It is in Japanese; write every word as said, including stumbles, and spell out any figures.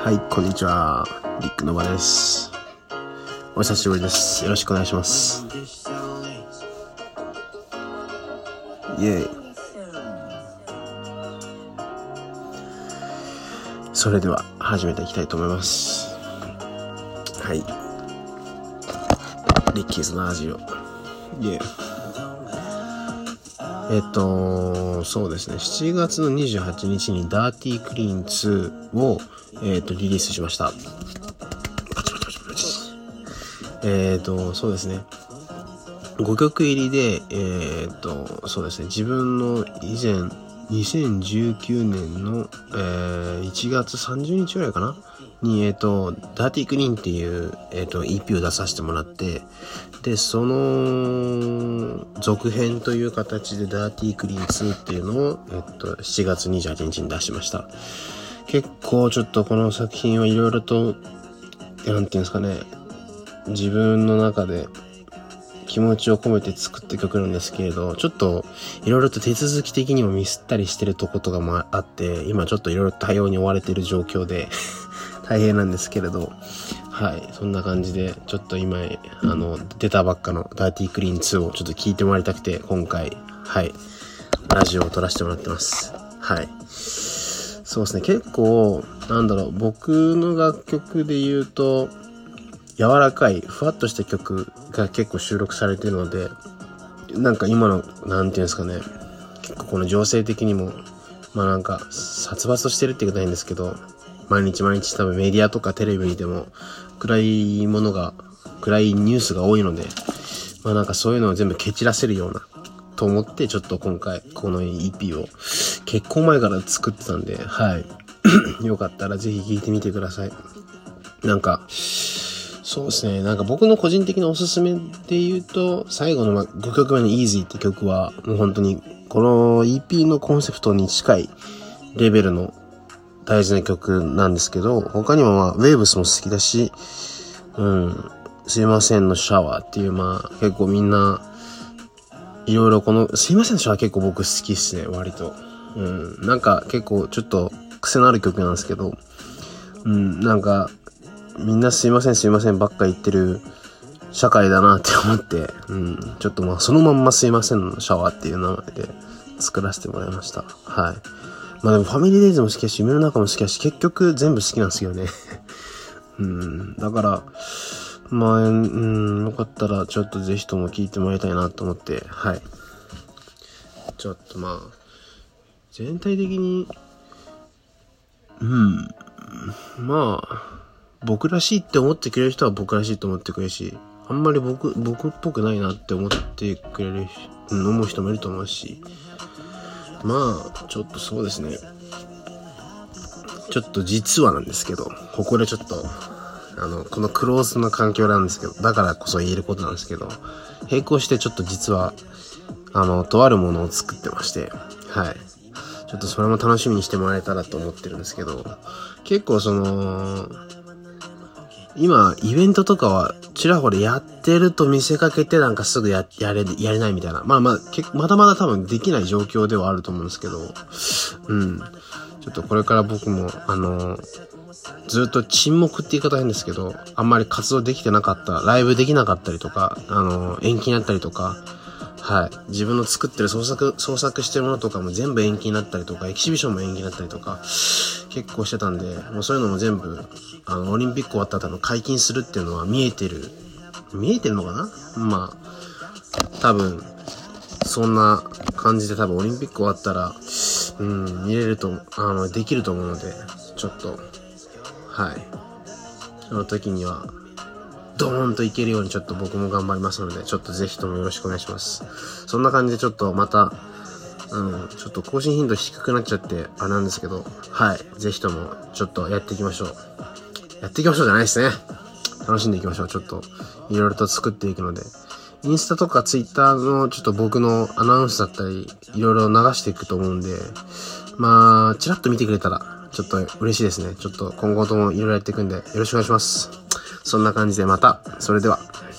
はい、こんにちは。リックの場です。お久しぶりです。よろしくお願いします。イエーイ。それでは始めていきたいと思います。はい。リッキーズのラジオ。イエーイ。えっと、そうですね。しちがつのにじゅうはちにちにダーティークリーンツーを、えっと、リリースしました。えっと、そうですね。ごきょく入りで、えっと、そうですね。自分の以前、にせんじゅうきゅうねんの、えー、いちがつさんじゅうにちぐらいかなに、えっと、ダーティークリーンっていう、えっと、イーピー を出させてもらって、で、その、続編という形でダーティークリーンツーっていうのを、えっと、しちがつにじゅうはちにちに出しました。結構ちょっとこの作品はいろいろと、なんていうんですかね、自分の中で気持ちを込めて作った曲なんですけれど、ちょっといろいろと手続き的にもミスったりしてるとことかもあって、今ちょっといろいろ対応に追われている状況で大変なんですけれど、はい、そんな感じでちょっと今あの出たばっかのダーティークリーンツーをちょっと聞いてもらいたくて、今回はいラジオを撮らせてもらってます。はい、そうですね。結構なんだろう、僕の楽曲で言うと柔らかいふわっとした曲が結構収録されているので、なんか今のなんていうんですかね、結構この情勢的にもまあなんか殺伐としてるって言うことないんですけど、毎日毎日多分メディアとかテレビにでも暗いものが暗いニュースが多いので、まあなんかそういうのを全部蹴散らせるようなと思って、ちょっと今回この イーピー を結構前から作ってたんで、はいよかったらぜひ聴いてみてください。なんかそうですね、なんか僕の個人的なおすすめで言うと、最後のごきょくめの Easy って曲はもう本当にこの イーピー のコンセプトに近いレベルの大事な曲なんですけど、他にもまあウェーブスも好きだし、うんすいませんのシャワーっていう、まあ結構みんないろいろこのすいませんのシャワー結構僕好きっすね、割と。うんなんか結構ちょっと癖のある曲なんですけど、うんなんかみんなすいませんすいませんばっか言ってる社会だなって思って、うんちょっとまあそのまんますいませんのシャワーっていう名前で作らせてもらいました。はい。まあでもファミリーデイズも好きだし、夢の中も好きだし、結局全部好きなんですよね。うん、だから、まあ、うん、よかったらちょっとぜひとも聞いてもらいたいなと思って、はい。ちょっとまあ、全体的に、うん、まあ、僕らしいって思ってくれる人は僕らしいと思ってくれるし、あんまり僕、僕っぽくないなって思ってくれる、思う人もいると思うし、まあちょっとそうですね、ちょっと実はなんですけど、ここでちょっとあのこのクローズな環境なんですけど、だからこそ言えることなんですけど、並行してちょっと実はあのとあるものを作ってまして、はいちょっとそれも楽しみにしてもらえたらと思ってるんですけど、結構その今イベントとかはちらほらやってると見せかけて、なんかすぐややれやれないみたいな、まあまあけまだまだ多分できない状況ではあると思うんですけど、うんちょっとこれから僕もあのずっと沈黙って言い方変ですけど、あんまり活動できてなかった、ライブできなかったりとか、あの延期になったりとか、はい自分の作ってる創作創作してるものとかも全部延期になったりとか、エキシビションも延期になったりとか結構してたんで、もうそういうのも全部あのオリンピック終わった後の解禁するっていうのは見えてる見えてるのかな。まあ多分そんな感じで、多分オリンピック終わったらうん見れるとあのできると思うので、ちょっとはいその時にはドーンといけるようにちょっと僕も頑張りますので、ちょっとぜひともよろしくお願いします。そんな感じでちょっとまたうんちょっと更新頻度低くなっちゃってあれなんですけど、はいぜひともちょっとやっていきましょうやっていきましょうじゃないですね、楽しんでいきましょう。ちょっといろいろと作っていくので、インスタとかツイッターのちょっと僕のアナウンスだったりいろいろ流していくと思うんで、まあチラッと見てくれたらちょっと嬉しいですね。ちょっと今後ともいろいろやっていくんでよろしくお願いします。そんな感じでまた、それでは。